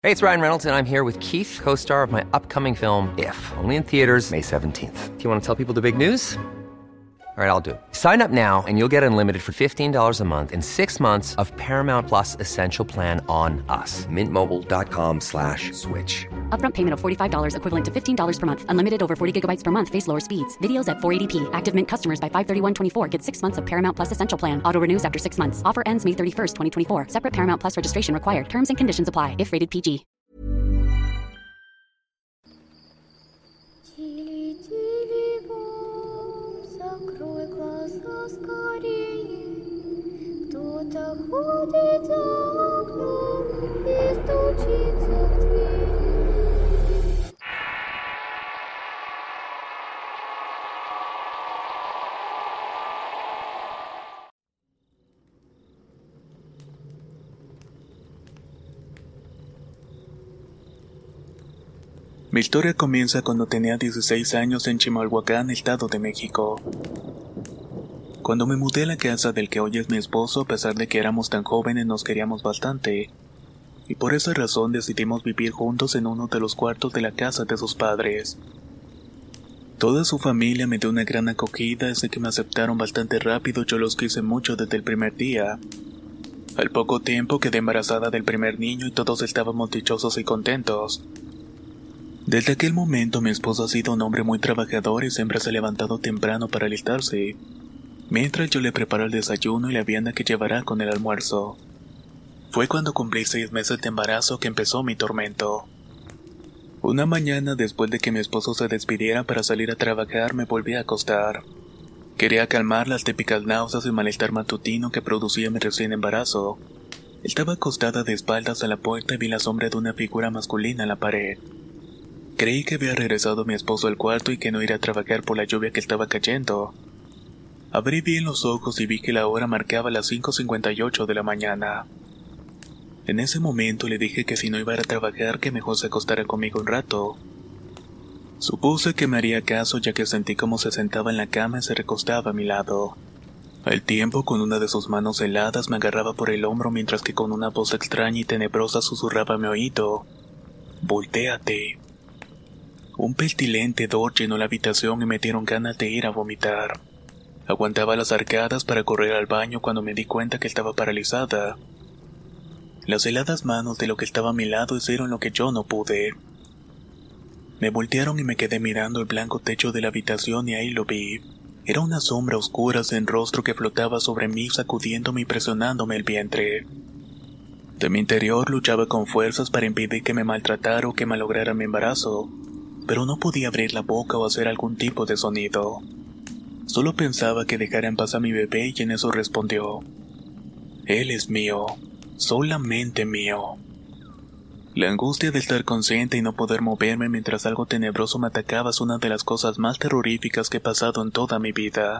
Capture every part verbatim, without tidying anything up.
Hey, it's Ryan Reynolds, and I'm here with Keith, co-star of my upcoming film, If, only in theaters May seventeenth. Do you want to tell people the big news? All right, I'll do it. Sign up now and you'll get unlimited for fifteen dollars a month and six months of Paramount Plus Essential Plan on us. Mint Mobile dot com slash switch. Upfront payment of forty-five dollars equivalent to fifteen dollars per month. Unlimited over forty gigabytes per month. Face lower speeds. Videos at four eighty p. Active Mint customers by five thirty-one twenty-four get six months of Paramount Plus Essential Plan. Auto renews after six months. Offer ends May thirty-first, twenty twenty-four. Separate Paramount Plus registration required. Terms and conditions apply if rated P G. Закрой глаза скорее, кто-то ходит за окном и стучится в дверь. Mi historia comienza cuando tenía dieciséis años en Chimalhuacán, Estado de México. Cuando me mudé a la casa del que hoy es mi esposo, a pesar de que éramos tan jóvenes, nos queríamos bastante. Y por esa razón decidimos vivir juntos en uno de los cuartos de la casa de sus padres. Toda su familia me dio una gran acogida, desde que me aceptaron bastante rápido. Yo los quise mucho desde el primer día. Al poco tiempo quedé embarazada del primer niño y todos estábamos dichosos y contentos. Desde aquel momento mi esposo ha sido un hombre muy trabajador y siempre se ha levantado temprano para alistarse, mientras yo le preparo el desayuno y la vianda que llevará con el almuerzo. Fue cuando cumplí seis meses de embarazo que empezó mi tormento. Una mañana, después de que mi esposo se despidiera para salir a trabajar, me volví a acostar. Quería calmar las típicas náuseas y malestar matutino que producía mi recién embarazo. Estaba acostada de espaldas a la puerta y vi la sombra de una figura masculina en la pared. Creí que había regresado mi esposo al cuarto y que no iría a trabajar por la lluvia que estaba cayendo. Abrí bien los ojos y vi que la hora marcaba las cinco cincuenta y ocho de la mañana. En ese momento le dije que si no iba a ir a trabajar, que mejor se acostara conmigo un rato. Supuse que me haría caso, ya que sentí como se sentaba en la cama y se recostaba a mi lado. Al tiempo, con una de sus manos heladas me agarraba por el hombro, mientras que con una voz extraña y tenebrosa susurraba a mi oído: «Voltéate». Un pestilente hedor llenó la habitación y me dieron ganas de ir a vomitar. Aguantaba las arcadas para correr al baño cuando me di cuenta que estaba paralizada. Las heladas manos de lo que estaba a mi lado hicieron lo que yo no pude. Me voltearon y me quedé mirando el blanco techo de la habitación, y ahí lo vi. Era una sombra oscura sin rostro que flotaba sobre mí, sacudiéndome y presionándome el vientre. De mi interior luchaba con fuerzas para impedir que me maltratara o que malograra mi embarazo, pero no podía abrir la boca o hacer algún tipo de sonido. Solo pensaba que dejara en paz a mi bebé, y en eso respondió: «Él es mío, solamente mío». La angustia de estar consciente y no poder moverme mientras algo tenebroso me atacaba es una de las cosas más terroríficas que he pasado en toda mi vida.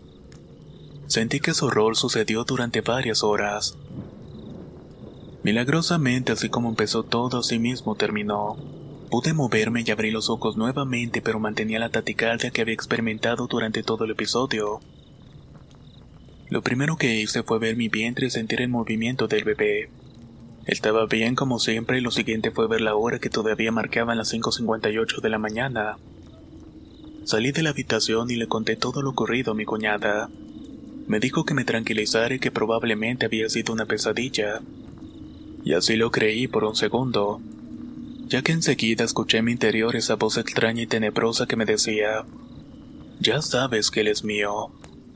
Sentí que ese horror sucedió durante varias horas. Milagrosamente, así como empezó todo, así mismo terminó. Pude moverme y abrí los ojos nuevamente, pero mantenía la taticardia que había experimentado durante todo el episodio. Lo primero que hice fue ver mi vientre y sentir el movimiento del bebé. Estaba bien como siempre, y lo siguiente fue ver la hora, que todavía marcaban las cinco cincuenta y ocho de la mañana. Salí de la habitación y le conté todo lo ocurrido a mi cuñada. Me dijo que me tranquilizara y que probablemente había sido una pesadilla. Y así lo creí por un segundo, ya que enseguida escuché en mi interior esa voz extraña y tenebrosa que me decía: «Ya sabes que él es mío».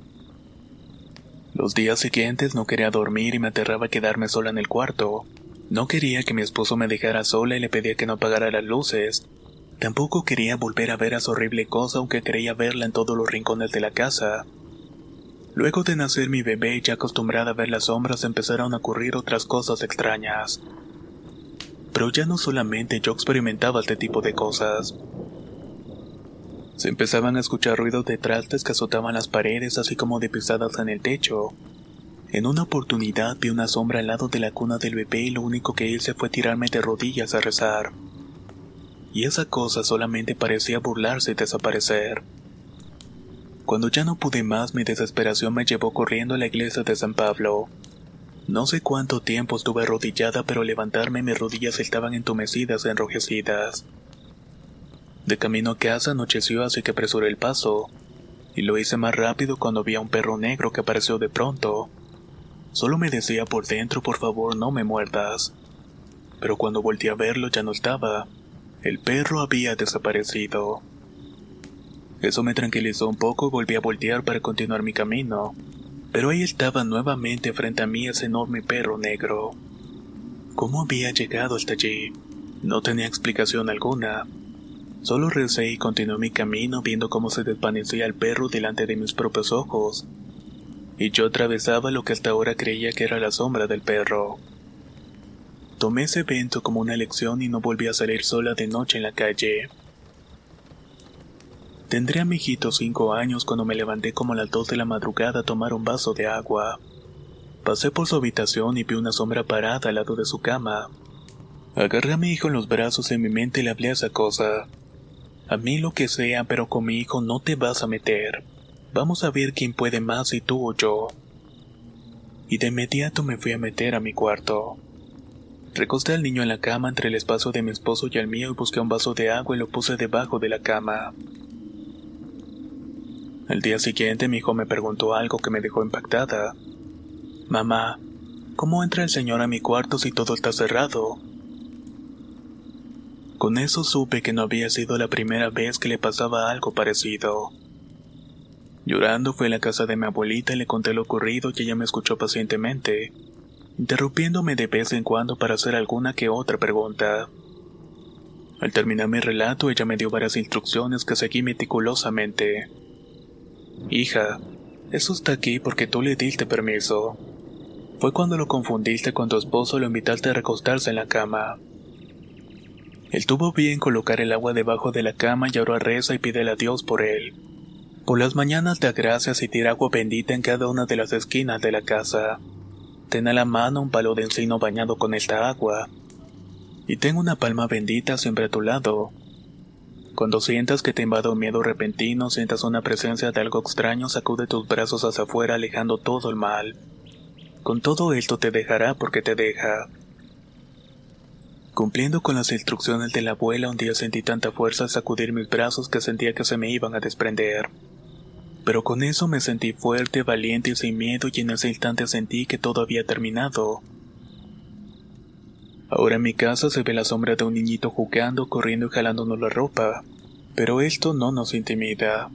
Los días siguientes no quería dormir y me aterraba quedarme sola en el cuarto. No quería que mi esposo me dejara sola y le pedía que no apagara las luces. Tampoco quería volver a ver a esa horrible cosa, aunque creía verla en todos los rincones de la casa. Luego de nacer mi bebé, ya acostumbrada a ver las sombras, empezaron a ocurrir otras cosas extrañas. Pero ya no solamente yo experimentaba este tipo de cosas. Se empezaban a escuchar ruidos de trastes que azotaban las paredes, así como de pisadas en el techo. En una oportunidad vi una sombra al lado de la cuna del bebé, y lo único que hice fue tirarme de rodillas a rezar. Y esa cosa solamente parecía burlarse y desaparecer. Cuando ya no pude más, mi desesperación me llevó corriendo a la iglesia de San Pablo. No sé cuánto tiempo estuve arrodillada, pero al levantarme mis rodillas estaban entumecidas y enrojecidas. De camino a casa anocheció, así que apresuré el paso, y lo hice más rápido cuando vi a un perro negro que apareció de pronto. Solo me decía por dentro, por favor, no me muerdas. Pero cuando volteé a verlo ya no estaba. El perro había desaparecido. Eso me tranquilizó un poco y volví a voltear para continuar mi camino. Pero ahí estaba nuevamente frente a mí ese enorme perro negro. ¿Cómo había llegado hasta allí? No tenía explicación alguna. Solo recé y continué mi camino viendo cómo se desvanecía el perro delante de mis propios ojos. Y yo atravesaba lo que hasta ahora creía que era la sombra del perro. Tomé ese evento como una lección y no volví a salir sola de noche en la calle. Tendré a mi hijito cinco años cuando me levanté como a las dos de la madrugada a tomar un vaso de agua. Pasé por su habitación y vi una sombra parada al lado de su cama. Agarré a mi hijo en los brazos y en mi mente le hablé a esa cosa. A mí lo que sea, pero con mi hijo no te vas a meter. Vamos a ver quién puede más, si tú o yo. Y de inmediato me fui a meter a mi cuarto. Recosté al niño en la cama entre el espacio de mi esposo y el mío y busqué un vaso de agua y lo puse debajo de la cama. Al día siguiente mi hijo me preguntó algo que me dejó impactada. Mamá, ¿cómo entra el señor a mi cuarto si todo está cerrado? Con eso supe que no había sido la primera vez que le pasaba algo parecido. Llorando fui a la casa de mi abuelita y le conté lo ocurrido y ella me escuchó pacientemente, interrumpiéndome de vez en cuando para hacer alguna que otra pregunta. Al terminar mi relato, ella me dio varias instrucciones que seguí meticulosamente. Hija, eso está aquí porque tú le diste permiso. Fue cuando lo confundiste con tu esposo y lo invitaste a recostarse en la cama. Él tuvo bien colocar el agua debajo de la cama y ahora reza y pídele a Dios por él. Por las mañanas da gracias y tira agua bendita en cada una de las esquinas de la casa. Ten a la mano un palo de encino bañado con esta agua. Y ten una palma bendita siempre a tu lado. Cuando sientas que te invade un miedo repentino, sientas una presencia de algo extraño, sacude tus brazos hacia afuera alejando todo el mal. Con todo esto te dejará porque te deja. Cumpliendo con las instrucciones de la abuela, un día sentí tanta fuerza al sacudir mis brazos que sentía que se me iban a desprender. Pero con eso me sentí fuerte, valiente y sin miedo, y en ese instante sentí que todo había terminado. Ahora en mi casa se ve la sombra de un niñito jugando, corriendo y jalándonos la ropa, pero esto no nos intimida.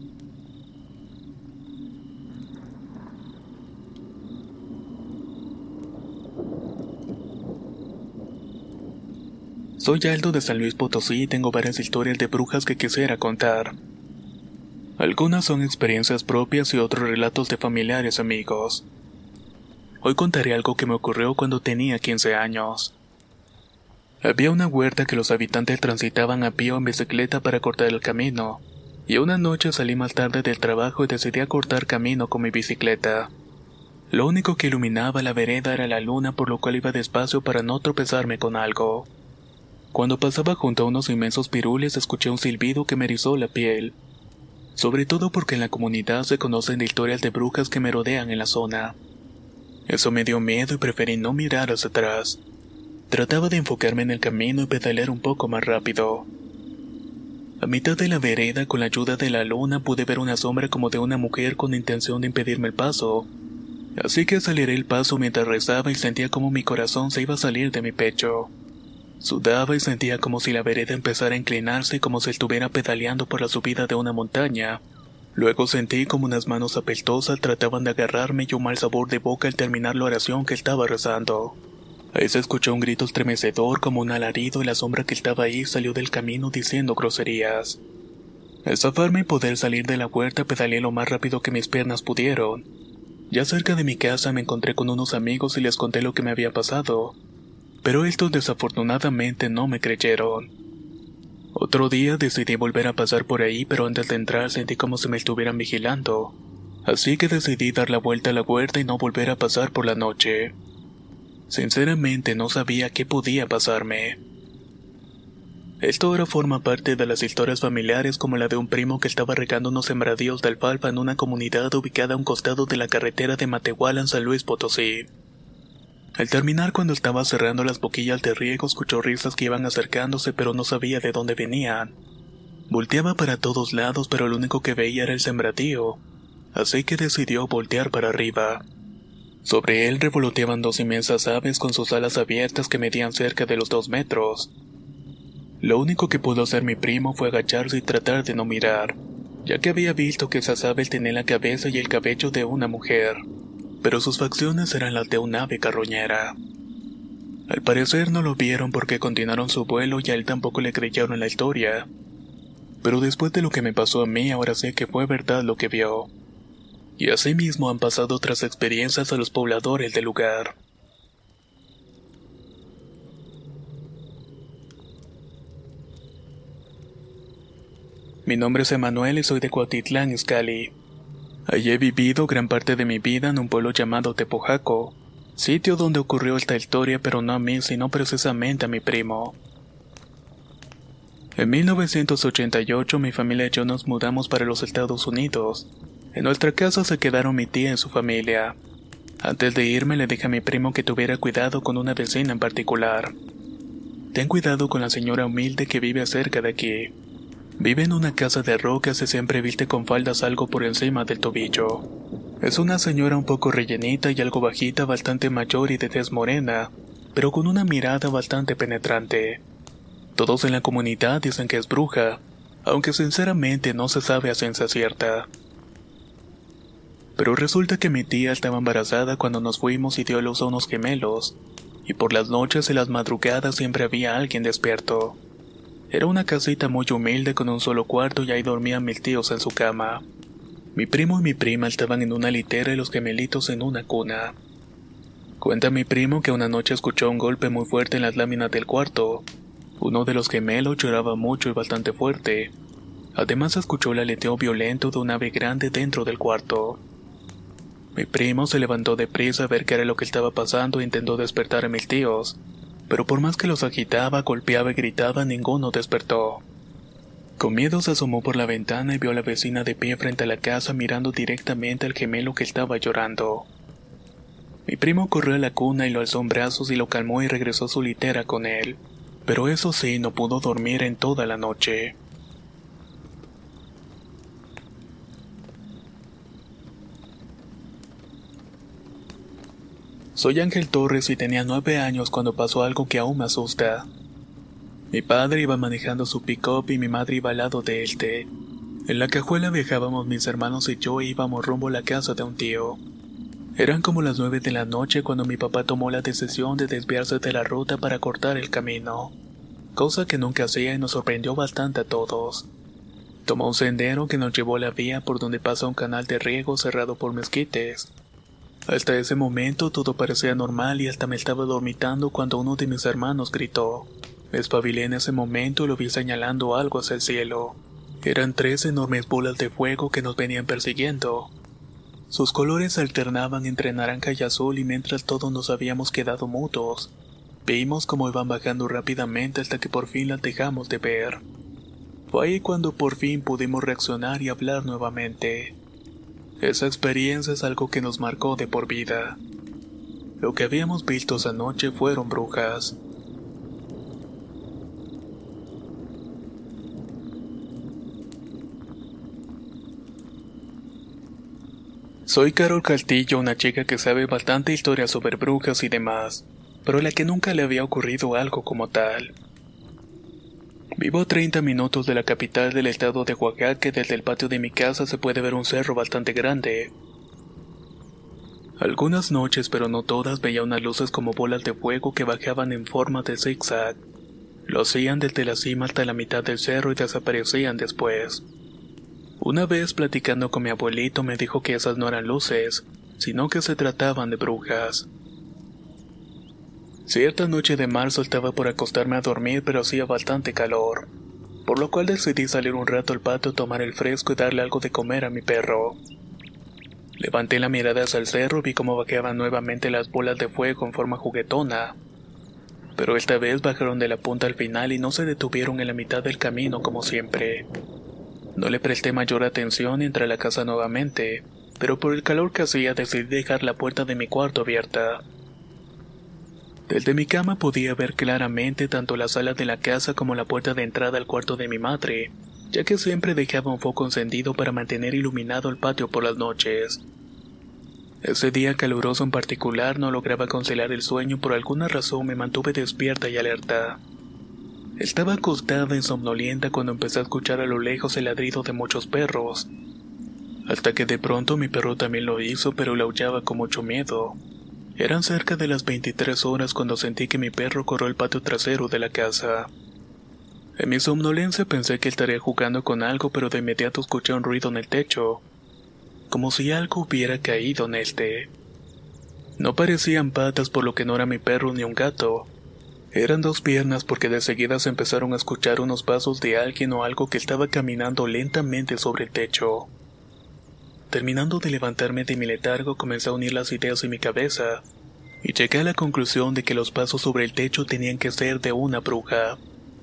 Soy Aldo de San Luis Potosí y tengo varias historias de brujas que quisiera contar. Algunas son experiencias propias y otros relatos de familiares y amigos. Hoy contaré algo que me ocurrió cuando tenía quince años. Había una huerta que los habitantes transitaban a pie o en bicicleta para cortar el camino, y una noche salí más tarde del trabajo y decidí cortar camino con mi bicicleta. Lo único que iluminaba la vereda era la luna, por lo cual iba despacio para no tropezarme con algo. Cuando pasaba junto a unos inmensos pirules escuché un silbido que me erizó la piel. Sobre todo porque en la comunidad se conocen de historias de brujas que me rodean en la zona. Eso me dio miedo y preferí no mirar hacia atrás. Trataba de enfocarme en el camino y pedalear un poco más rápido. A mitad de la vereda, con la ayuda de la luna, pude ver una sombra como de una mujer con intención de impedirme el paso. Así que aceleré el paso mientras rezaba y sentía como mi corazón se iba a salir de mi pecho. Sudaba y sentía como si la vereda empezara a inclinarse, como si estuviera pedaleando por la subida de una montaña. Luego sentí como unas manos apestosas trataban de agarrarme y un mal sabor de boca al terminar la oración que estaba rezando. Ahí se escuchó un grito estremecedor como un alarido y la sombra que estaba ahí salió del camino diciendo groserías. Al zafarme y poder salir de la huerta, pedaleé lo más rápido que mis piernas pudieron. Ya cerca de mi casa me encontré con unos amigos y les conté lo que me había pasado. Pero estos desafortunadamente no me creyeron. Otro día decidí volver a pasar por ahí, pero antes de entrar sentí como si me estuvieran vigilando. Así que decidí dar la vuelta a la huerta y no volver a pasar por la noche. Sinceramente no sabía qué podía pasarme. Esto ahora forma parte de las historias familiares, como la de un primo que estaba regando unos sembradíos de alfalfa en una comunidad ubicada a un costado de la carretera de Matehuala en San Luis Potosí. Al terminar, cuando estaba cerrando las boquillas de riego, escuchó risas que iban acercándose, pero no sabía de dónde venían. Volteaba para todos lados, pero lo único que veía era el sembradío, así que decidió voltear para arriba. Sobre él revoloteaban dos inmensas aves con sus alas abiertas que medían cerca de los dos metros. Lo único que pudo hacer mi primo fue agacharse y tratar de no mirar, ya que había visto que esas aves tenían la cabeza y el cabello de una mujer, pero sus facciones eran las de un ave carroñera. Al parecer no lo vieron porque continuaron su vuelo y a él tampoco le creyeron la historia. Pero después de lo que me pasó a mí, ahora sé que fue verdad lo que vio. Y asimismo han pasado otras experiencias a los pobladores del lugar. Mi nombre es Emanuel y soy de Cuautitlán, Izcalli. Allí he vivido gran parte de mi vida en un pueblo llamado Tepojaco, sitio donde ocurrió esta historia, pero no a mí, sino precisamente a mi primo. En mil novecientos ochenta y ocho mi familia y yo nos mudamos para los Estados Unidos. En nuestra casa se quedaron mi tía y su familia. Antes de irme le dije a mi primo que tuviera cuidado con una vecina en particular. Ten cuidado con la señora humilde que vive cerca de aquí. Vive en una casa de rocas y siempre viste con faldas algo por encima del tobillo. Es una señora un poco rellenita y algo bajita, bastante mayor y de tez morena, pero con una mirada bastante penetrante. Todos en la comunidad dicen que es bruja, aunque sinceramente no se sabe a ciencia cierta. Pero resulta que mi tía estaba embarazada cuando nos fuimos y dio a luz a unos gemelos, y por las noches y las madrugadas siempre había alguien despierto. Era una casita muy humilde con un solo cuarto y ahí dormían mis tíos en su cama. Mi primo y mi prima estaban en una litera y los gemelitos en una cuna. Cuenta mi primo que una noche escuchó un golpe muy fuerte en las láminas del cuarto. Uno de los gemelos lloraba mucho y bastante fuerte. Además escuchó el aleteo violento de un ave grande dentro del cuarto. Mi primo se levantó deprisa a ver qué era lo que estaba pasando e intentó despertar a mis tíos, pero por más que los agitaba, golpeaba y gritaba, ninguno despertó. Con miedo se asomó por la ventana y vio a la vecina de pie frente a la casa mirando directamente al gemelo que estaba llorando. Mi primo corrió a la cuna y lo alzó en brazos y lo calmó y regresó a su litera con él, pero eso sí, no pudo dormir en toda la noche. Soy Ángel Torres y tenía nueve años cuando pasó algo que aún me asusta. Mi padre iba manejando su pick-up y mi madre iba al lado de este. En la cajuela viajábamos mis hermanos y yo e íbamos rumbo a la casa de un tío. Eran como las nueve de la noche cuando mi papá tomó la decisión de desviarse de la ruta para cortar el camino, cosa que nunca hacía y nos sorprendió bastante a todos. Tomó un sendero que nos llevó a la vía por donde pasa un canal de riego cerrado por mezquites. Hasta ese momento todo parecía normal y hasta me estaba dormitando cuando uno de mis hermanos gritó. Me espabilé en ese momento y lo vi señalando algo hacia el cielo. Eran tres enormes bolas de fuego que nos venían persiguiendo. Sus colores alternaban entre naranja y azul y mientras todos nos habíamos quedado mudos, vimos cómo iban bajando rápidamente hasta que por fin las dejamos de ver. Fue ahí cuando por fin pudimos reaccionar y hablar nuevamente. Esa experiencia es algo que nos marcó de por vida. Lo que habíamos visto esa noche fueron brujas. Soy Carol Castillo, una chica que sabe bastante historia sobre brujas y demás, pero a la que nunca le había ocurrido algo como tal. Vivo a treinta minutos de la capital del estado de Oaxaca y desde el patio de mi casa se puede ver un cerro bastante grande. Algunas noches, pero no todas, veía unas luces como bolas de fuego que bajaban en forma de zigzag. Lo hacían desde la cima hasta la mitad del cerro y desaparecían después. Una vez platicando con mi abuelito me dijo que esas no eran luces, sino que se trataban de brujas. Cierta noche de marzo estaba por acostarme a dormir, pero hacía bastante calor, por lo cual decidí salir un rato al patio a tomar el fresco y darle algo de comer a mi perro. Levanté la mirada hacia el cerro y vi cómo bajaban nuevamente las bolas de fuego en forma juguetona, pero esta vez bajaron de la punta al final y no se detuvieron en la mitad del camino como siempre. No le presté mayor atención y entré a la casa nuevamente, pero por el calor que hacía decidí dejar la puerta de mi cuarto abierta. Desde mi cama podía ver claramente tanto la sala de la casa como la puerta de entrada al cuarto de mi madre, ya que siempre dejaba un foco encendido para mantener iluminado el patio por las noches. Ese día caluroso en particular no lograba conciliar el sueño y por alguna razón me mantuve despierta y alerta. Estaba acostada y somnolienta cuando empecé a escuchar a lo lejos el ladrido de muchos perros, hasta que de pronto mi perro también lo hizo, pero le aullaba con mucho miedo. Eran cerca de las veintitrés horas cuando sentí que mi perro corrió al patio trasero de la casa. En mi somnolencia pensé que estaría jugando con algo, pero de inmediato escuché un ruido en el techo, como si algo hubiera caído en este. No parecían patas, por lo que no era mi perro ni un gato. Eran dos piernas, porque de seguida se empezaron a escuchar unos pasos de alguien o algo que estaba caminando lentamente sobre el techo. Terminando de levantarme de mi letargo, comencé a unir las ideas en mi cabeza, y llegué a la conclusión de que los pasos sobre el techo tenían que ser de una bruja.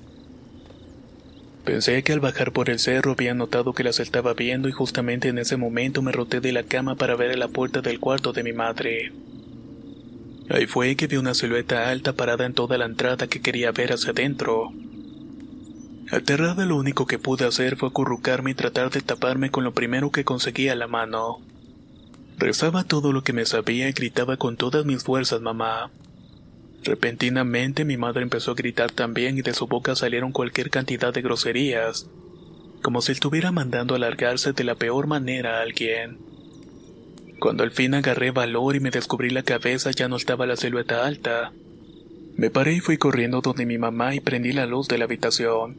Pensé que al bajar por el cerro había notado que las estaba viendo y justamente en ese momento me roté de la cama para ver a la puerta del cuarto de mi madre. Ahí fue que vi una silueta alta parada en toda la entrada que quería ver hacia adentro. Aterrada, lo único que pude hacer fue acurrucarme y tratar de taparme con lo primero que conseguía a la mano. Rezaba todo lo que me sabía y gritaba con todas mis fuerzas, mamá. Repentinamente mi madre empezó a gritar también y de su boca salieron cualquier cantidad de groserías, como si estuviera mandando alargarse de la peor manera a alguien. Cuando al fin agarré valor y me descubrí la cabeza, ya no estaba la silueta alta. Me paré y fui corriendo donde mi mamá y prendí la luz de la habitación.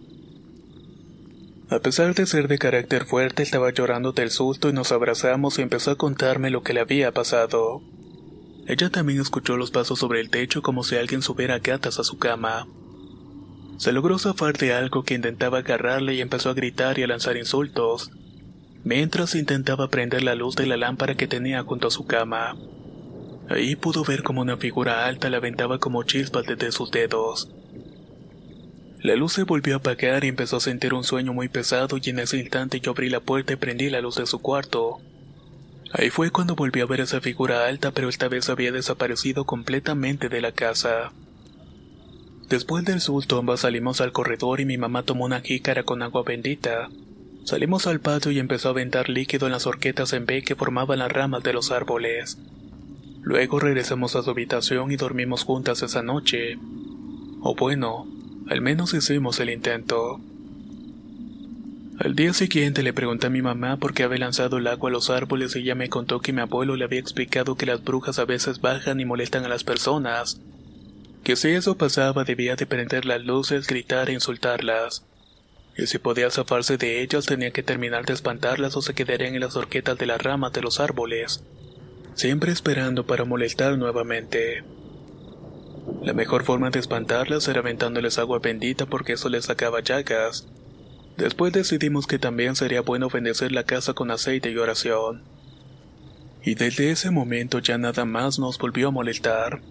A pesar de ser de carácter fuerte, estaba llorando del susto y nos abrazamos y empezó a contarme lo que le había pasado. Ella también escuchó los pasos sobre el techo como si alguien subiera gatas a su cama. Se logró zafar de algo que intentaba agarrarle y empezó a gritar y a lanzar insultos, mientras intentaba prender la luz de la lámpara que tenía junto a su cama. Ahí pudo ver como una figura alta la aventaba como chispas desde sus dedos. La luz se volvió a apagar y empezó a sentir un sueño muy pesado, y en ese instante yo abrí la puerta y prendí la luz de su cuarto. Ahí fue cuando volví a ver esa figura alta, pero esta vez había desaparecido completamente de la casa. Después del susto, ambas salimos al corredor y mi mamá tomó una jícara con agua bendita. Salimos al patio y empezó a aventar líquido en las horquetas en B que formaban las ramas de los árboles. Luego regresamos a su habitación y dormimos juntas esa noche. O bueno, al menos hicimos el intento. Al día siguiente le pregunté a mi mamá por qué había lanzado el agua a los árboles y ella me contó que mi abuelo le había explicado que las brujas a veces bajan y molestan a las personas, que si eso pasaba debía de prender las luces, gritar e insultarlas, y si podía zafarse de ellas tenía que terminar de espantarlas o se quedarían en las horquetas de las ramas de los árboles, siempre esperando para molestar nuevamente. La mejor forma de espantarlas era aventándoles agua bendita porque eso les sacaba llagas. Después decidimos que también sería bueno bendecir la casa con aceite y oración. Y desde ese momento ya nada más nos volvió a molestar.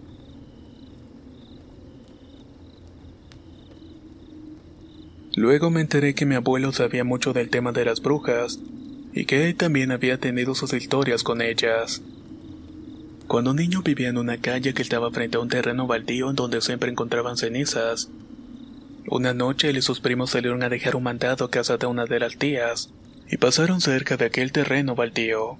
Luego me enteré que mi abuelo sabía mucho del tema de las brujas, y que él también había tenido sus historias con ellas. Cuando un niño vivía en una calle que estaba frente a un terreno baldío en donde siempre encontraban cenizas. Una noche él y sus primos salieron a dejar un mandado a casa de una de las tías, y pasaron cerca de aquel terreno baldío.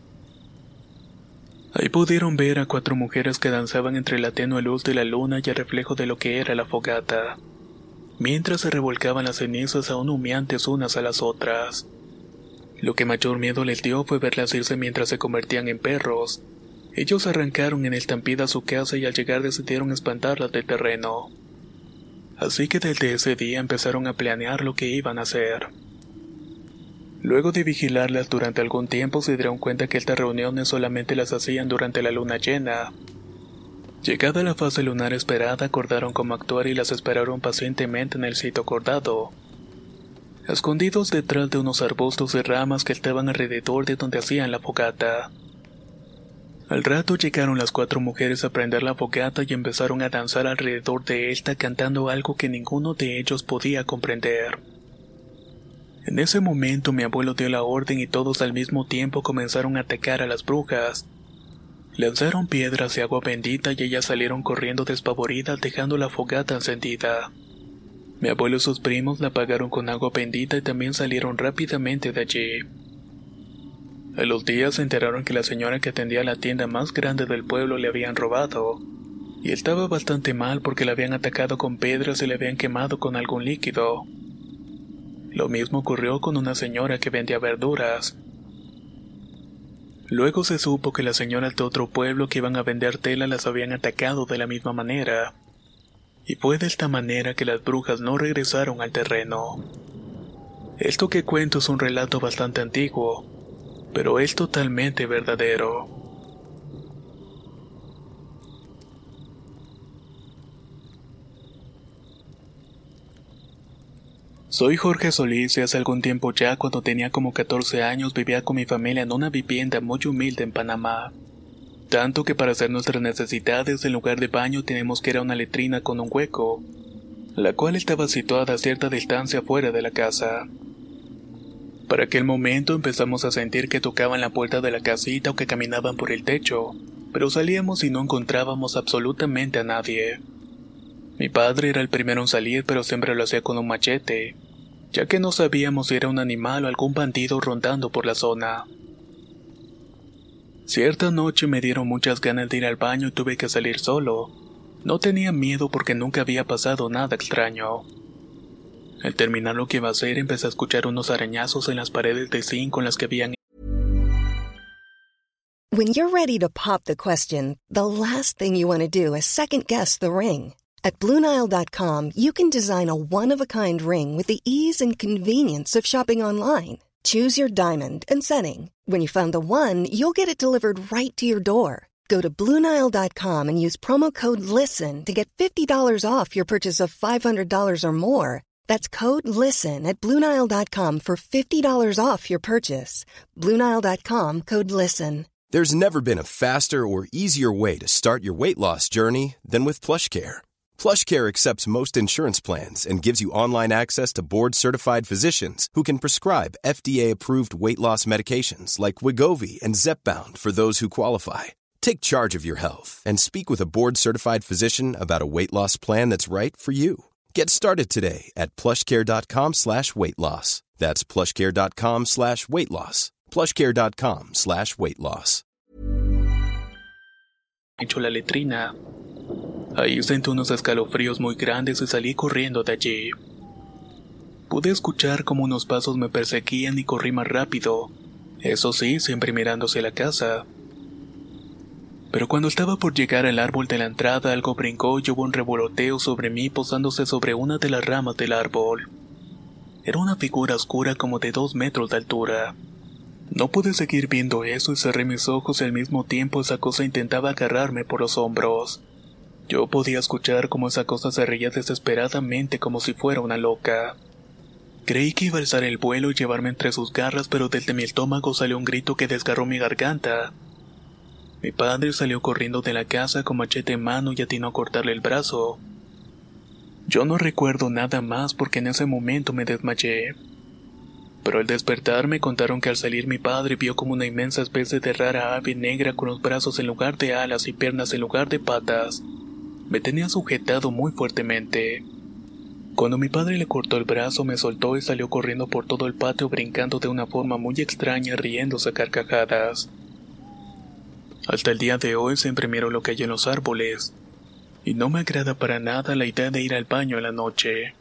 Ahí pudieron ver a cuatro mujeres que danzaban entre la tenue luz de la luna y el reflejo de lo que era la fogata, mientras se revolcaban las cenizas aún humeantes unas a las otras. Lo que mayor miedo les dio fue verlas irse mientras se convertían en perros. Ellos arrancaron en estampida a su casa y al llegar decidieron espantarlas del terreno. Así que desde ese día empezaron a planear lo que iban a hacer. Luego de vigilarlas durante algún tiempo se dieron cuenta que estas reuniones solamente las hacían durante la luna llena. Llegada la fase lunar esperada, acordaron cómo actuar y las esperaron pacientemente en el sitio acordado, escondidos detrás de unos arbustos y ramas que estaban alrededor de donde hacían la fogata. Al rato llegaron las cuatro mujeres a prender la fogata y empezaron a danzar alrededor de esta cantando algo que ninguno de ellos podía comprender. En ese momento mi abuelo dio la orden y todos al mismo tiempo comenzaron a atacar a las brujas. Lanzaron piedras y agua bendita y ellas salieron corriendo despavoridas dejando la fogata encendida. Mi abuelo y sus primos la apagaron con agua bendita y también salieron rápidamente de allí. A los días se enteraron que la señora que atendía la tienda más grande del pueblo le habían robado, y estaba bastante mal porque la habían atacado con piedras y le habían quemado con algún líquido. Lo mismo ocurrió con una señora que vendía verduras. Luego se supo que las señoras de otro pueblo que iban a vender tela las habían atacado de la misma manera. Y fue de esta manera que las brujas no regresaron al terreno. Esto que cuento es un relato bastante antiguo, pero es totalmente verdadero. Soy Jorge Solís y hace algún tiempo ya, cuando tenía como catorce años, vivía con mi familia en una vivienda muy humilde en Panamá. Tanto que para hacer nuestras necesidades, en lugar de baño tenemos que ir a una letrina con un hueco, la cual estaba situada a cierta distancia fuera de la casa. Para aquel momento empezamos a sentir que tocaban la puerta de la casita o que caminaban por el techo, pero salíamos y no encontrábamos absolutamente a nadie. Mi padre era el primero en salir, pero siempre lo hacía con un machete, ya que no sabíamos si era un animal o algún bandido rondando por la zona. Cierta noche me dieron muchas ganas de ir al baño y tuve que salir solo. No tenía miedo porque nunca había pasado nada extraño. Al terminar lo que iba a hacer, empecé a escuchar unos arañazos en las paredes de zinc con las que habían. When you're ready to pop the question, the last thing you want to do is second-guess the ring. At Blue Nile dot com, you can design a one-of-a-kind ring with the ease and convenience of shopping online. Choose your diamond and setting. When you find the one, you'll get it delivered right to your door. Go to Blue Nile dot com and use promo code LISTEN to get fifty dollars off your purchase of five hundred dollars or more. That's code LISTEN at Blue Nile dot com for fifty dollars off your purchase. Blue Nile dot com, code LISTEN. There's never been a faster or easier way to start your weight loss journey than with PlushCare. PlushCare accepts most insurance plans and gives you online access to board-certified physicians who can prescribe F D A-approved weight loss medications like Wegovy and Zepbound for those who qualify. Take charge of your health and speak with a board-certified physician about a weight loss plan that's right for you. Get started today at plushcare.com slash weight loss. That's plushcare.com slash weight loss. plushcare.com slash weight loss. Hecho la letrina. Ahí sentí unos escalofríos muy grandes y salí corriendo de allí. Pude escuchar cómo unos pasos me perseguían y corrí más rápido, eso sí, siempre mirando hacia la casa. Pero cuando estaba por llegar al árbol de la entrada, algo brincó y hubo un revoloteo sobre mí posándose sobre una de las ramas del árbol. Era una figura oscura como de dos metros de altura. No pude seguir viendo eso y cerré mis ojos y al mismo tiempo esa cosa intentaba agarrarme por los hombros. Yo podía escuchar cómo esa cosa se reía desesperadamente como si fuera una loca. Creí que iba a alzar el vuelo y llevarme entre sus garras, pero desde mi estómago salió un grito que desgarró mi garganta. Mi padre salió corriendo de la casa con machete en mano y atinó a cortarle el brazo. Yo no recuerdo nada más porque en ese momento me desmayé. Pero al despertar me contaron que al salir mi padre vio como una inmensa especie de rara ave negra con los brazos en lugar de alas y piernas en lugar de patas. Me tenía sujetado muy fuertemente. Cuando mi padre le cortó el brazo, me soltó y salió corriendo por todo el patio brincando de una forma muy extraña, riéndose a carcajadas. Hasta el día de hoy siempre miro lo que hay en los árboles, y no me agrada para nada la idea de ir al baño en la noche.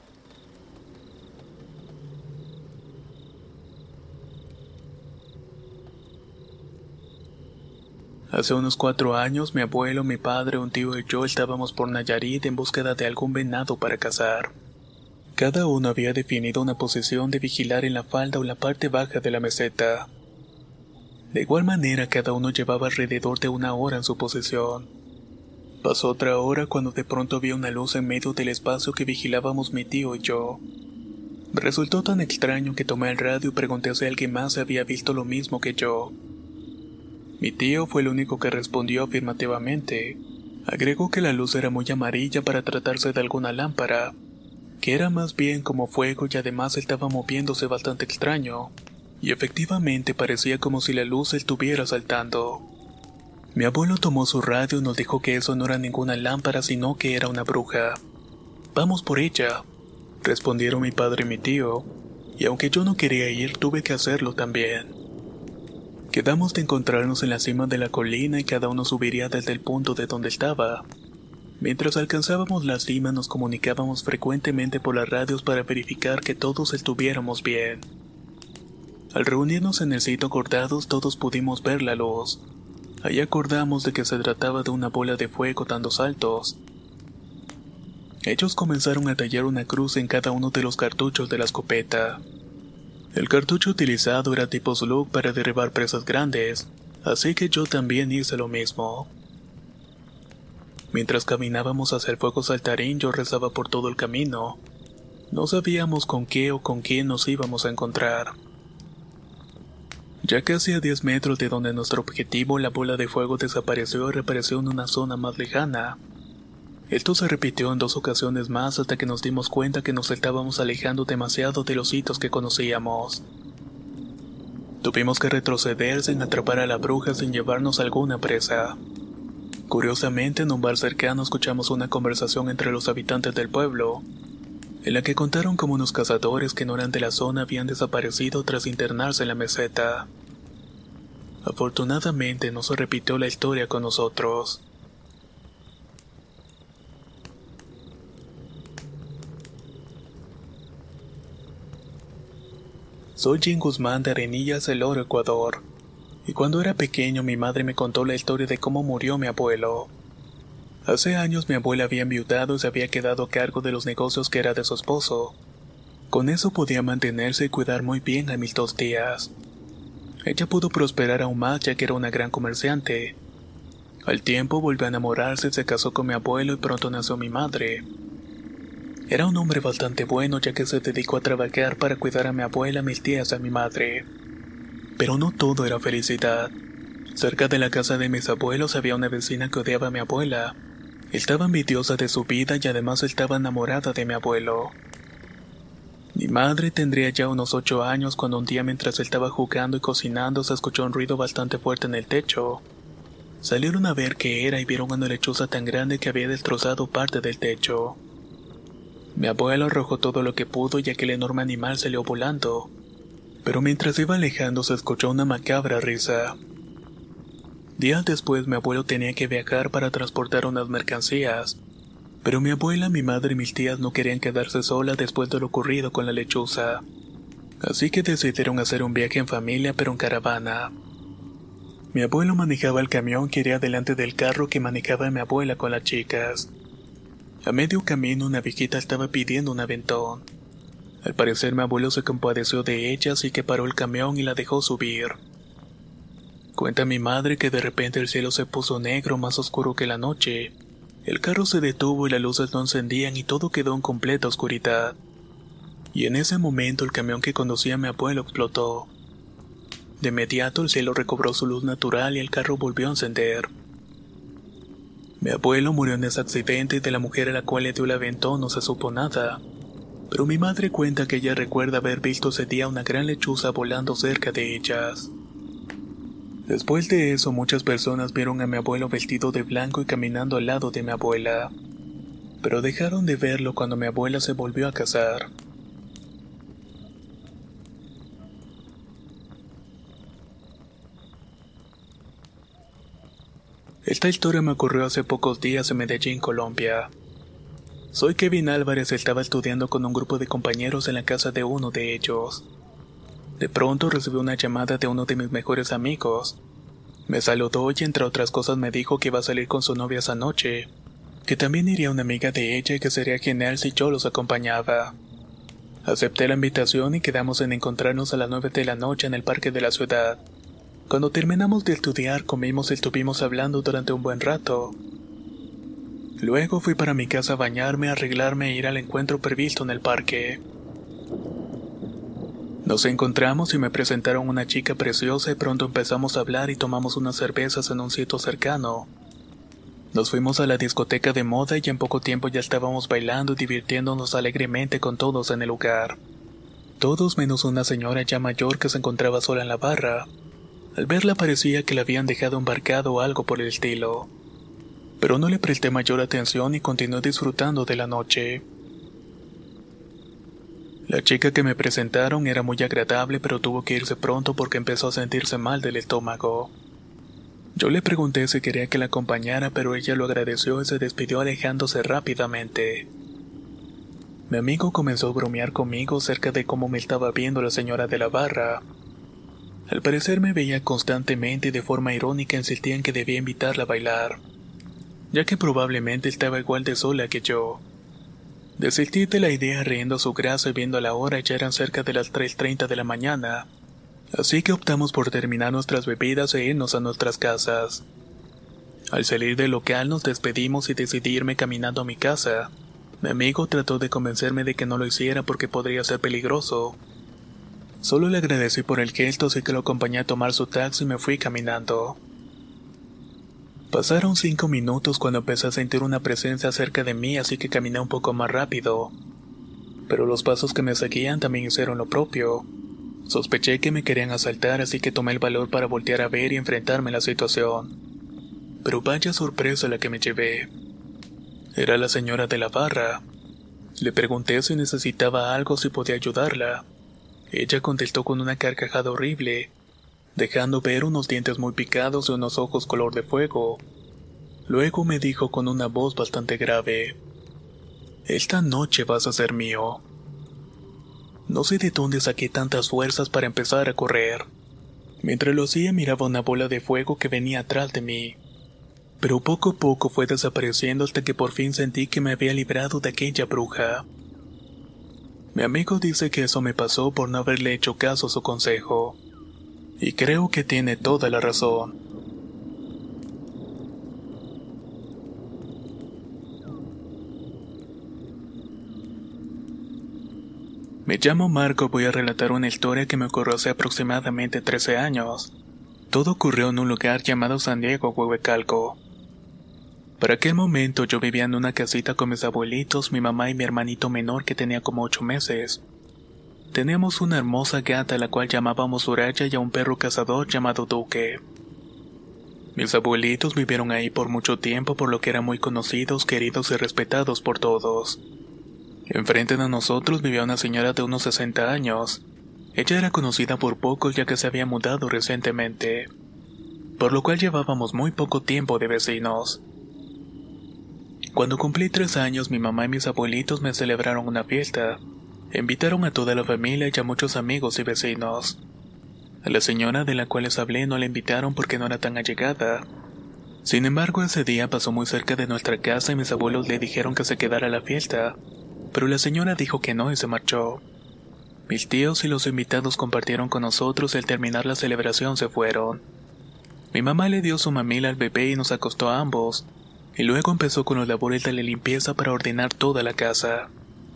Hace unos cuatro años, mi abuelo, mi padre, un tío y yo estábamos por Nayarit en búsqueda de algún venado para cazar. Cada uno había definido una posición de vigilar en la falda o la parte baja de la meseta. De igual manera, cada uno llevaba alrededor de una hora en su posición. Pasó otra hora cuando de pronto vi una luz en medio del espacio que vigilábamos mi tío y yo. Me resultó tan extraño que tomé el radio y pregunté si alguien más había visto lo mismo que yo. Mi tío fue el único que respondió afirmativamente. Agregó que la luz era muy amarilla para tratarse de alguna lámpara, que era más bien como fuego y además estaba moviéndose bastante extraño, y efectivamente parecía como si la luz estuviera saltando. Mi abuelo tomó su radio y nos dijo que eso no era ninguna lámpara, sino que era una bruja. «Vamos por ella», respondieron mi padre y mi tío, y aunque yo no quería ir, tuve que hacerlo también. Quedamos de encontrarnos en la cima de la colina y cada uno subiría desde el punto de donde estaba. Mientras alcanzábamos la cima nos comunicábamos frecuentemente por las radios para verificar que todos estuviéramos bien. Al reunirnos en el sitio acordados todos pudimos ver la luz. Ahí acordamos de que se trataba de una bola de fuego dando saltos. Ellos comenzaron a tallar una cruz en cada uno de los cartuchos de la escopeta. El cartucho utilizado era tipo slug para derribar presas grandes, así que yo también hice lo mismo. Mientras caminábamos hacia el fuego saltarín, yo rezaba por todo el camino. No sabíamos con qué o con quién nos íbamos a encontrar. Ya casi a diez metros de donde nuestro objetivo, la bola de fuego desapareció y reapareció en una zona más lejana. Esto se repitió en dos ocasiones más hasta que nos dimos cuenta que nos estábamos alejando demasiado de los sitios que conocíamos. Tuvimos que retroceder sin atrapar a la bruja sin llevarnos alguna presa. Curiosamente, en un bar cercano escuchamos una conversación entre los habitantes del pueblo, en la que contaron cómo unos cazadores que no eran de la zona habían desaparecido tras internarse en la meseta. Afortunadamente no se repitió la historia con nosotros. Soy Jim Guzmán de Arenillas, El Oro, Ecuador, y cuando era pequeño mi madre me contó la historia de cómo murió mi abuelo. Hace años mi abuela había enviudado y se había quedado a cargo de los negocios que era de su esposo. Con eso podía mantenerse y cuidar muy bien a mis dos tías. Ella pudo prosperar aún más ya que era una gran comerciante. Al tiempo volvió a enamorarse, se casó con mi abuelo y pronto nació mi madre. Era un hombre bastante bueno ya que se dedicó a trabajar para cuidar a mi abuela, a mis tías y a mi madre. Pero no todo era felicidad. Cerca de la casa de mis abuelos había una vecina que odiaba a mi abuela. Estaba envidiosa de su vida y además estaba enamorada de mi abuelo. Mi madre tendría ya unos ocho años cuando un día mientras estaba jugando y cocinando se escuchó un ruido bastante fuerte en el techo. Salieron a ver qué era y vieron una lechuza tan grande que había destrozado parte del techo. Mi abuelo arrojó todo lo que pudo y aquel enorme animal salió volando. Pero mientras iba alejando se escuchó una macabra risa. Días después mi abuelo tenía que viajar para transportar unas mercancías. Pero mi abuela, mi madre y mis tías no querían quedarse solas después de lo ocurrido con la lechuza. Así que decidieron hacer un viaje en familia pero en caravana. Mi abuelo manejaba el camión que iría delante del carro que manejaba mi abuela con las chicas. A medio camino una viejita estaba pidiendo un aventón. Al parecer mi abuelo se compadeció de ella, así que paró el camión y la dejó subir. Cuenta mi madre que de repente el cielo se puso negro, más oscuro que la noche. El carro se detuvo y las luces no encendían y todo quedó en completa oscuridad. Y en ese momento el camión que conducía a mi abuelo explotó. De inmediato el cielo recobró su luz natural y el carro volvió a encender. Mi abuelo murió en ese accidente y de la mujer a la cual le dio el aventón no se supo nada. Pero mi madre cuenta que ella recuerda haber visto ese día una gran lechuza volando cerca de ellas. Después de eso, muchas personas vieron a mi abuelo vestido de blanco y caminando al lado de mi abuela. Pero dejaron de verlo cuando mi abuela se volvió a casar. Esta historia me ocurrió hace pocos días en Medellín, Colombia. Soy Kevin Álvarez, estaba estudiando con un grupo de compañeros en la casa de uno de ellos. De pronto recibí una llamada de uno de mis mejores amigos. Me saludó y entre otras cosas me dijo que iba a salir con su novia esa noche, que también iría una amiga de ella y que sería genial si yo los acompañaba. Acepté la invitación y quedamos en encontrarnos a las nueve de la noche en el parque de la ciudad. Cuando terminamos de estudiar, comimos y estuvimos hablando durante un buen rato. Luego fui para mi casa a bañarme, arreglarme e ir al encuentro previsto en el parque. Nos encontramos y me presentaron una chica preciosa y pronto empezamos a hablar y tomamos unas cervezas en un sitio cercano. Nos fuimos a la discoteca de moda y en poco tiempo ya estábamos bailando y divirtiéndonos alegremente con todos en el lugar. Todos menos una señora ya mayor que se encontraba sola en la barra. Al verla parecía que la habían dejado embarcado o algo por el estilo. Pero no le presté mayor atención y continué disfrutando de la noche. La chica que me presentaron era muy agradable, pero tuvo que irse pronto porque empezó a sentirse mal del estómago. Yo le pregunté si quería que la acompañara, pero ella lo agradeció y se despidió alejándose rápidamente. Mi amigo comenzó a bromear conmigo acerca de cómo me estaba viendo la señora de la barra. Al parecer me veía constantemente y de forma irónica insistía en que debía invitarla a bailar, ya que probablemente estaba igual de sola que yo. Desistí de la idea riendo su grasa y viendo la hora, ya eran cerca de las tres treinta de la mañana, así que optamos por terminar nuestras bebidas e irnos a nuestras casas. Al salir del local nos despedimos y decidí irme caminando a mi casa. Mi amigo trató de convencerme de que no lo hiciera porque podría ser peligroso. Solo le agradecí por el gesto, así que lo acompañé a tomar su taxi y me fui caminando. Pasaron cinco minutos cuando empecé a sentir una presencia cerca de mí, así que caminé un poco más rápido. Pero los pasos que me seguían también hicieron lo propio. Sospeché que me querían asaltar, así que tomé el valor para voltear a ver y enfrentarme a la situación. Pero vaya sorpresa la que me llevé. Era la señora de la barra. Le pregunté si necesitaba algo, si podía ayudarla. Ella contestó con una carcajada horrible, dejando ver unos dientes muy picados y unos ojos color de fuego. Luego me dijo con una voz bastante grave: «Esta noche vas a ser mío». No sé de dónde saqué tantas fuerzas para empezar a correr. Mientras lo hacía miraba una bola de fuego que venía atrás de mí, pero poco a poco fue desapareciendo hasta que por fin sentí que me había librado de aquella bruja. Mi amigo dice que eso me pasó por no haberle hecho caso a su consejo. Y creo que tiene toda la razón. Me llamo Marco y voy a relatar una historia que me ocurrió hace aproximadamente trece años. Todo ocurrió en un lugar llamado San Diego, Huehuecalco. Para aquel momento yo vivía en una casita con mis abuelitos, mi mamá y mi hermanito menor que tenía como ocho meses. Teníamos una hermosa gata a la cual llamábamos Uraya y a un perro cazador llamado Duque. Mis abuelitos vivieron ahí por mucho tiempo, por lo que eran muy conocidos, queridos y respetados por todos. Enfrente de nosotros vivía una señora de unos sesenta años. Ella era conocida por pocos ya que se había mudado recientemente, por lo cual llevábamos muy poco tiempo de vecinos. Cuando cumplí tres años, mi mamá y mis abuelitos me celebraron una fiesta. Invitaron a toda la familia y a muchos amigos y vecinos. A la señora de la cual les hablé no la invitaron porque no era tan allegada. Sin embargo, ese día pasó muy cerca de nuestra casa y mis abuelos le dijeron que se quedara a la fiesta, pero la señora dijo que no y se marchó. Mis tíos y los invitados compartieron con nosotros y al terminar la celebración se fueron. Mi mamá le dio su mamila al bebé y nos acostó a ambos, y luego empezó con los labores de la limpieza para ordenar toda la casa.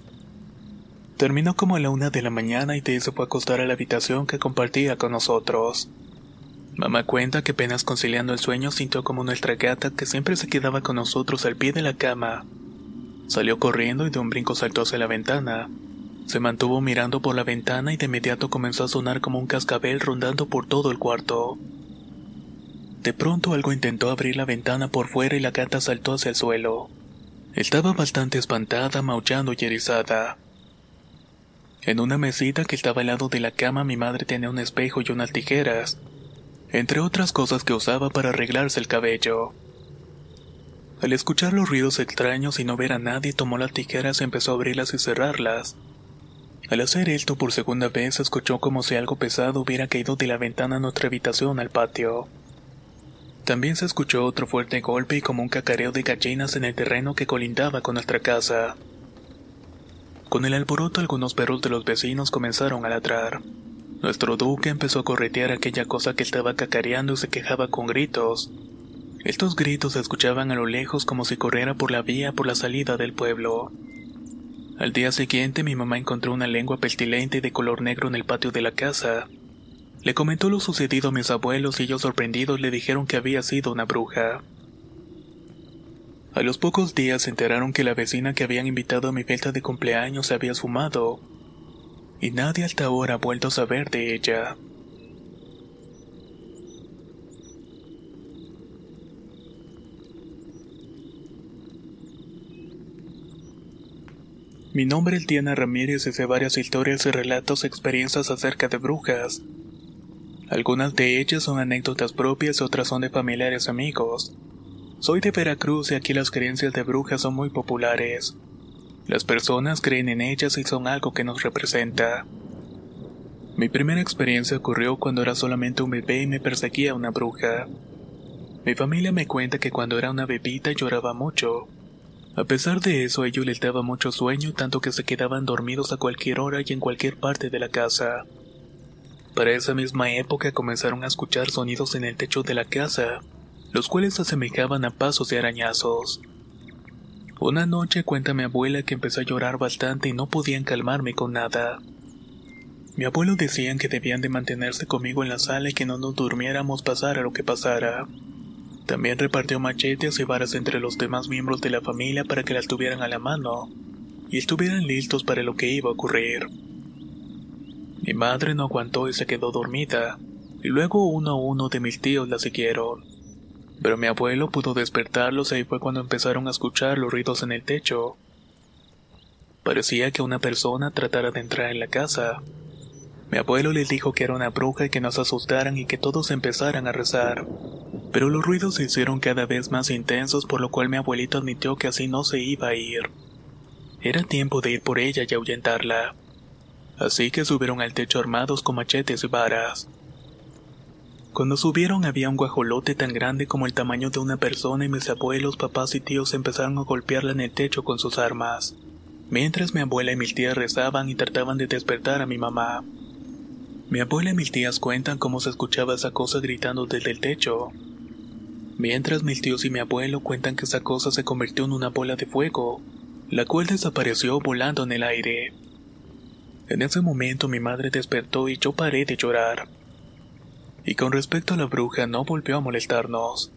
Terminó como a la una de la mañana y de ahí se fue a acostar a la habitación que compartía con nosotros. Mamá cuenta que apenas conciliando el sueño sintió como nuestra gata, que siempre se quedaba con nosotros al pie de la cama, salió corriendo y de un brinco saltó hacia la ventana. Se mantuvo mirando por la ventana y de inmediato comenzó a sonar como un cascabel rondando por todo el cuarto. De pronto algo intentó abrir la ventana por fuera y la gata saltó hacia el suelo. Estaba bastante espantada, maullando y erizada. En una mesita que estaba al lado de la cama mi madre tenía un espejo y unas tijeras, entre otras cosas que usaba para arreglarse el cabello. Al escuchar los ruidos extraños y no ver a nadie, tomó las tijeras y empezó a abrirlas y cerrarlas. Al hacer esto por segunda vez, escuchó como si algo pesado hubiera caído de la ventana a nuestra habitación al patio. También se escuchó otro fuerte golpe y como un cacareo de gallinas en el terreno que colindaba con nuestra casa. Con el alboroto, algunos perros de los vecinos comenzaron a ladrar. Nuestro Duque empezó a corretear aquella cosa que estaba cacareando y se quejaba con gritos. Estos gritos se escuchaban a lo lejos como si corriera por la vía por la salida del pueblo. Al día siguiente mi mamá encontró una lengua pestilente y de color negro en el patio de la casa. Le comentó lo sucedido a mis abuelos y ellos sorprendidos le dijeron que había sido una bruja. A los pocos días se enteraron que la vecina que habían invitado a mi fiesta de cumpleaños se había esfumado, y nadie hasta ahora ha vuelto a saber de ella. Mi nombre es Diana Ramírez y sé varias historias y relatos, experiencias acerca de brujas. Algunas de ellas son anécdotas propias y otras son de familiares y amigos. Soy de Veracruz y aquí las creencias de brujas son muy populares. Las personas creen en ellas y son algo que nos representa. Mi primera experiencia ocurrió cuando era solamente un bebé y me perseguía una bruja. Mi familia me cuenta que cuando era una bebita lloraba mucho. A pesar de eso, a ellos les daba mucho sueño, tanto que se quedaban dormidos a cualquier hora y en cualquier parte de la casa. Para esa misma época comenzaron a escuchar sonidos en el techo de la casa, los cuales se asemejaban a pasos y arañazos. Una noche cuenta mi abuela que empezó a llorar bastante y no podían calmarme con nada. Mi abuelo decían que debían de mantenerse conmigo en la sala y que no nos durmiéramos pasara lo que pasara. También repartió machetes y varas entre los demás miembros de la familia para que las tuvieran a la mano y estuvieran listos para lo que iba a ocurrir. Mi madre no aguantó y se quedó dormida, y luego uno a uno de mis tíos la siguieron. Pero mi abuelo pudo despertarlos y ahí fue cuando empezaron a escuchar los ruidos en el techo. Parecía que una persona tratara de entrar en la casa. Mi abuelo les dijo que era una bruja y que no se asustaran y que todos empezaran a rezar. Pero los ruidos se hicieron cada vez más intensos, por lo cual mi abuelito admitió que así no se iba a ir. Era tiempo de ir por ella y ahuyentarla. Así que subieron al techo armados con machetes y varas. Cuando subieron había un guajolote tan grande como el tamaño de una persona y mis abuelos, papás y tíos empezaron a golpearla en el techo con sus armas, mientras mi abuela y mis tías rezaban y trataban de despertar a mi mamá. Mi abuela y mis tías cuentan cómo se escuchaba esa cosa gritando desde el techo, mientras mis tíos y mi abuelo cuentan que esa cosa se convirtió en una bola de fuego, la cual desapareció volando en el aire. En ese momento mi madre despertó y yo paré de llorar. Y con respecto a la bruja, no volvió a molestarnos.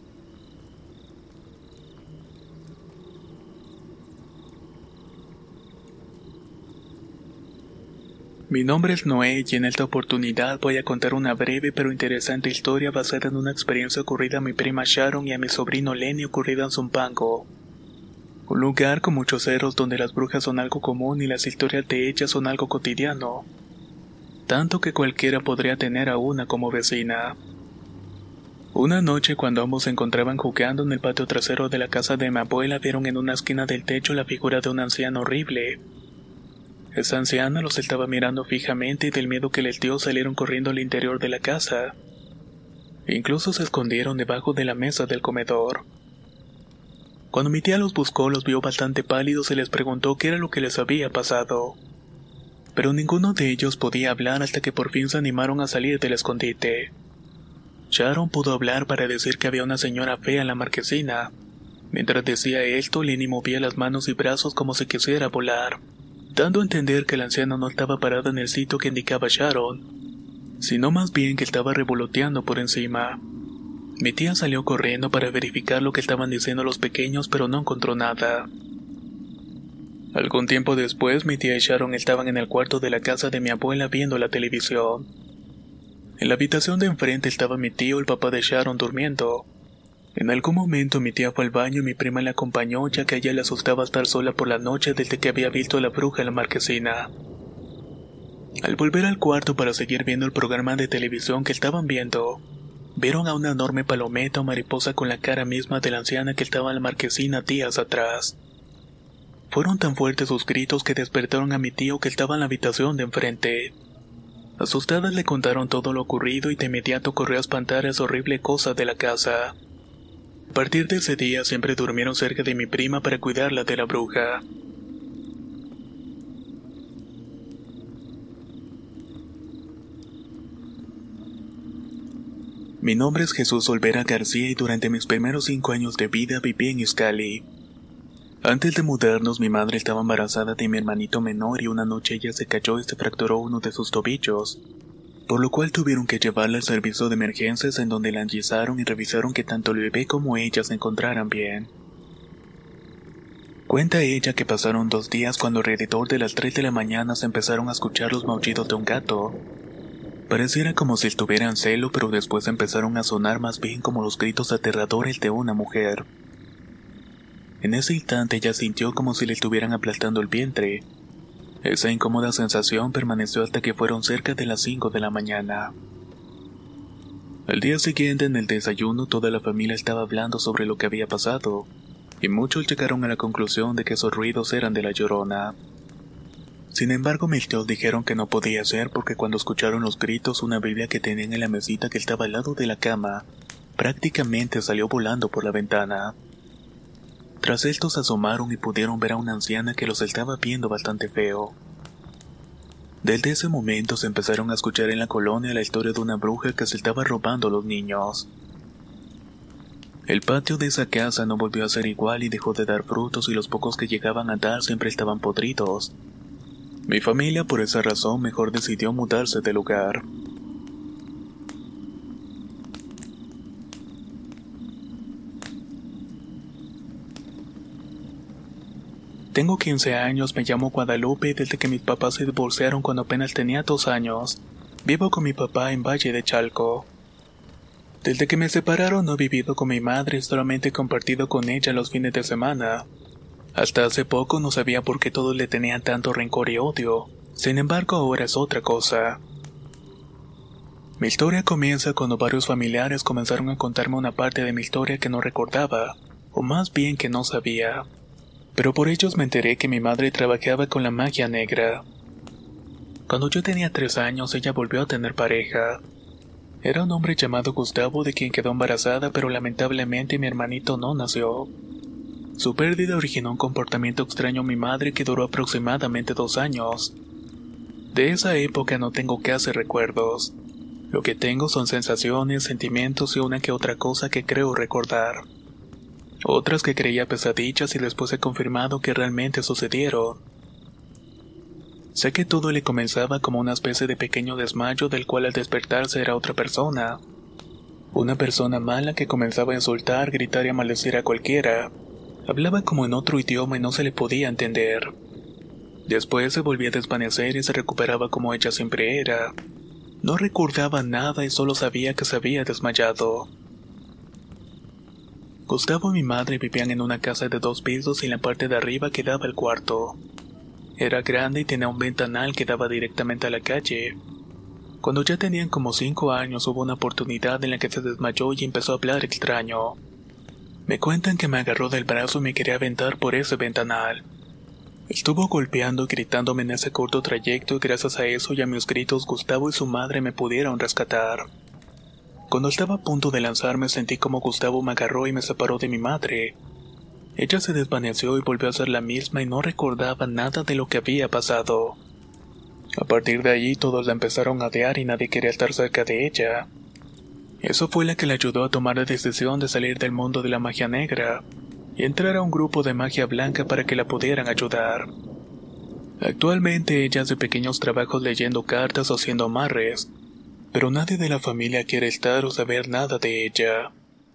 Mi nombre es Noé y en esta oportunidad voy a contar una breve pero interesante historia basada en una experiencia ocurrida a mi prima Sharon y a mi sobrino Lenny ocurrida en Zumpango. Un lugar con muchos cerros donde las brujas son algo común y las historias de ellas son algo cotidiano, tanto que cualquiera podría tener a una como vecina. Una noche cuando ambos se encontraban jugando en el patio trasero de la casa de mi abuela, vieron en una esquina del techo la figura de una anciana horrible. Esa anciana los estaba mirando fijamente y del miedo que les dio salieron corriendo al interior de la casa. Incluso se escondieron debajo de la mesa del comedor. Cuando mi tía los buscó, los vio bastante pálidos y les preguntó qué era lo que les había pasado. Pero ninguno de ellos podía hablar hasta que por fin se animaron a salir del escondite. Sharon pudo hablar para decir que había una señora fea en la marquesina. Mientras decía esto, Lenny movía las manos y brazos como si quisiera volar, dando a entender que la anciana no estaba parada en el sitio que indicaba Sharon, sino más bien que estaba revoloteando por encima. Mi tía salió corriendo para verificar lo que estaban diciendo los pequeños, pero no encontró nada. Algún tiempo después, mi tía y Sharon estaban en el cuarto de la casa de mi abuela viendo la televisión. En la habitación de enfrente estaba mi tío, el papá de Sharon, durmiendo. En algún momento mi tía fue al baño y mi prima la acompañó, ya que a ella le asustaba estar sola por la noche desde que había visto a la bruja en la marquesina. Al volver al cuarto para seguir viendo el programa de televisión que estaban viendo, vieron a una enorme palometa o mariposa con la cara misma de la anciana que estaba en la marquesina días atrás. Fueron tan fuertes sus gritos que despertaron a mi tío que estaba en la habitación de enfrente. Asustadas le contaron todo lo ocurrido y de inmediato corrió a espantar a esa horrible cosa de la casa. A partir de ese día siempre durmieron cerca de mi prima para cuidarla de la bruja. Mi nombre es Jesús Olvera García y durante mis primeros cinco años de vida viví en Izcalli. Antes de mudarnos, mi madre estaba embarazada de mi hermanito menor y una noche ella se cayó y se fracturó uno de sus tobillos, por lo cual tuvieron que llevarla al servicio de emergencias en donde la enyesaron y revisaron que tanto el bebé como ella se encontraran bien. Cuenta ella que pasaron dos días cuando alrededor de las tres de la mañana se empezaron a escuchar los maullidos de un gato. Pareciera como si estuviera en celo, pero después empezaron a sonar más bien como los gritos aterradores de una mujer. En ese instante ella sintió como si le estuvieran aplastando el vientre. Esa incómoda sensación permaneció hasta que fueron cerca de las cinco de la mañana. Al día siguiente, en el desayuno, toda la familia estaba hablando sobre lo que había pasado, y muchos llegaron a la conclusión de que esos ruidos eran de la Llorona. Sin embargo, mis tíos dijeron que no podía ser porque cuando escucharon los gritos, una Biblia que tenían en la mesita que estaba al lado de la cama prácticamente salió volando por la ventana. Tras esto se asomaron y pudieron ver a una anciana que los estaba viendo bastante feo. Desde ese momento se empezaron a escuchar en la colonia la historia de una bruja que se estaba robando a los niños. El patio de esa casa no volvió a ser igual y dejó de dar frutos, y los pocos que llegaban a dar siempre estaban podridos. Mi familia, por esa razón, mejor decidió mudarse del lugar. Tengo quince años, me llamo Guadalupe y desde que mis papás se divorciaron cuando apenas tenía dos años, vivo con mi papá en Valle de Chalco. Desde que me separaron no he vivido con mi madre, solamente he compartido con ella los fines de semana. Hasta hace poco no sabía por qué todos le tenían tanto rencor y odio, sin embargo ahora es otra cosa. Mi historia comienza cuando varios familiares comenzaron a contarme una parte de mi historia que no recordaba, o más bien que no sabía. Pero por ellos me enteré que mi madre trabajaba con la magia negra. Cuando yo tenía tres años, ella volvió a tener pareja. Era un hombre llamado Gustavo, de quien quedó embarazada, pero lamentablemente mi hermanito no nació. Su pérdida originó un comportamiento extraño en mi madre que duró aproximadamente dos años. De esa época no tengo casi recuerdos. Lo que tengo son sensaciones, sentimientos y una que otra cosa que creo recordar. Otras que creía pesadillas y después he confirmado que realmente sucedieron. Sé que todo le comenzaba como una especie de pequeño desmayo del cual al despertarse era otra persona. Una persona mala que comenzaba a insultar, gritar y a maldecir a cualquiera. Hablaba como en otro idioma y no se le podía entender. Después se volvía a desvanecer y se recuperaba como ella siempre era. No recordaba nada y solo sabía que se había desmayado. Gustavo y mi madre vivían en una casa de dos pisos y en la parte de arriba quedaba el cuarto. Era grande y tenía un ventanal que daba directamente a la calle. Cuando ya tenían como cinco años hubo una oportunidad en la que se desmayó y empezó a hablar extraño. Me cuentan que me agarró del brazo y me quería aventar por ese ventanal. Estuvo golpeando y gritándome en ese corto trayecto y gracias a eso y a mis gritos Gustavo y su madre me pudieron rescatar. Cuando estaba a punto de lanzarme sentí como Gustavo me agarró y me separó de mi madre. Ella se desvaneció y volvió a ser la misma y no recordaba nada de lo que había pasado. A partir de allí todos la empezaron a odiar y nadie quería estar cerca de ella. Eso fue la que le ayudó a tomar la decisión de salir del mundo de la magia negra y entrar a un grupo de magia blanca para que la pudieran ayudar. Actualmente ella hace pequeños trabajos leyendo cartas o haciendo amarres, pero nadie de la familia quiere estar o saber nada de ella.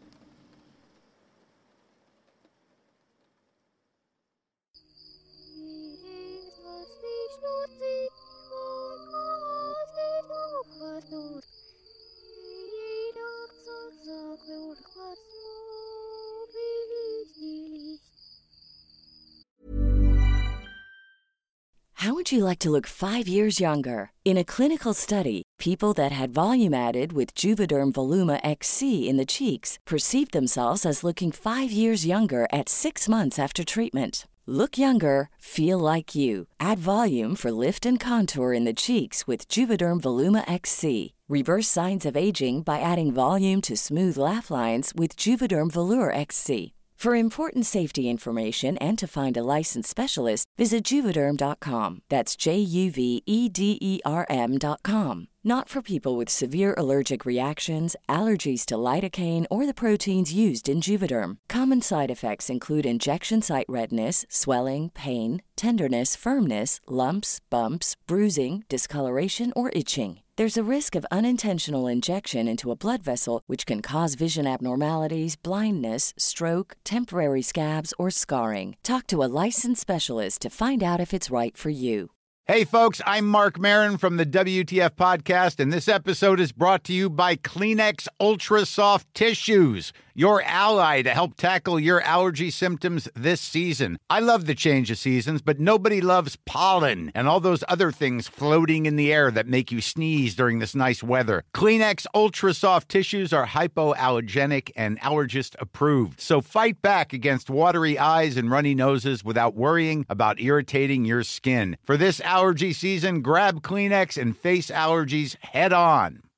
How would you like to look five years younger? In a clinical study, people that had volume added with Juvederm Voluma X C in the cheeks perceived themselves as looking five years younger at six months after treatment. Look younger, feel like you. Add volume for lift and contour in the cheeks with Juvederm Voluma X C. Reverse signs of aging by adding volume to smooth laugh lines with Juvederm Volure X C. For important safety information and to find a licensed specialist, visit Juvederm dot com. That's J U V E D E R M dot com. Not for people with severe allergic reactions, allergies to lidocaine, or the proteins used in Juvederm. Common side effects include injection site redness, swelling, pain, tenderness, firmness, lumps, bumps, bruising, discoloration, or itching. There's a risk of unintentional injection into a blood vessel, which can cause vision abnormalities, blindness, stroke, temporary scabs, or scarring. Talk to a licensed specialist to find out if it's right for you. Hey, folks, I'm Mark Maron from the W T F Podcast, and this episode is brought to you by Kleenex Ultra Soft Tissues, your ally to help tackle your allergy symptoms this season. I love the change of seasons, but nobody loves pollen and all those other things floating in the air that make you sneeze during this nice weather. Kleenex Ultra Soft Tissues are hypoallergenic and allergist approved. So fight back against watery eyes and runny noses without worrying about irritating your skin. For this allergy season, grab Kleenex and face allergies head on.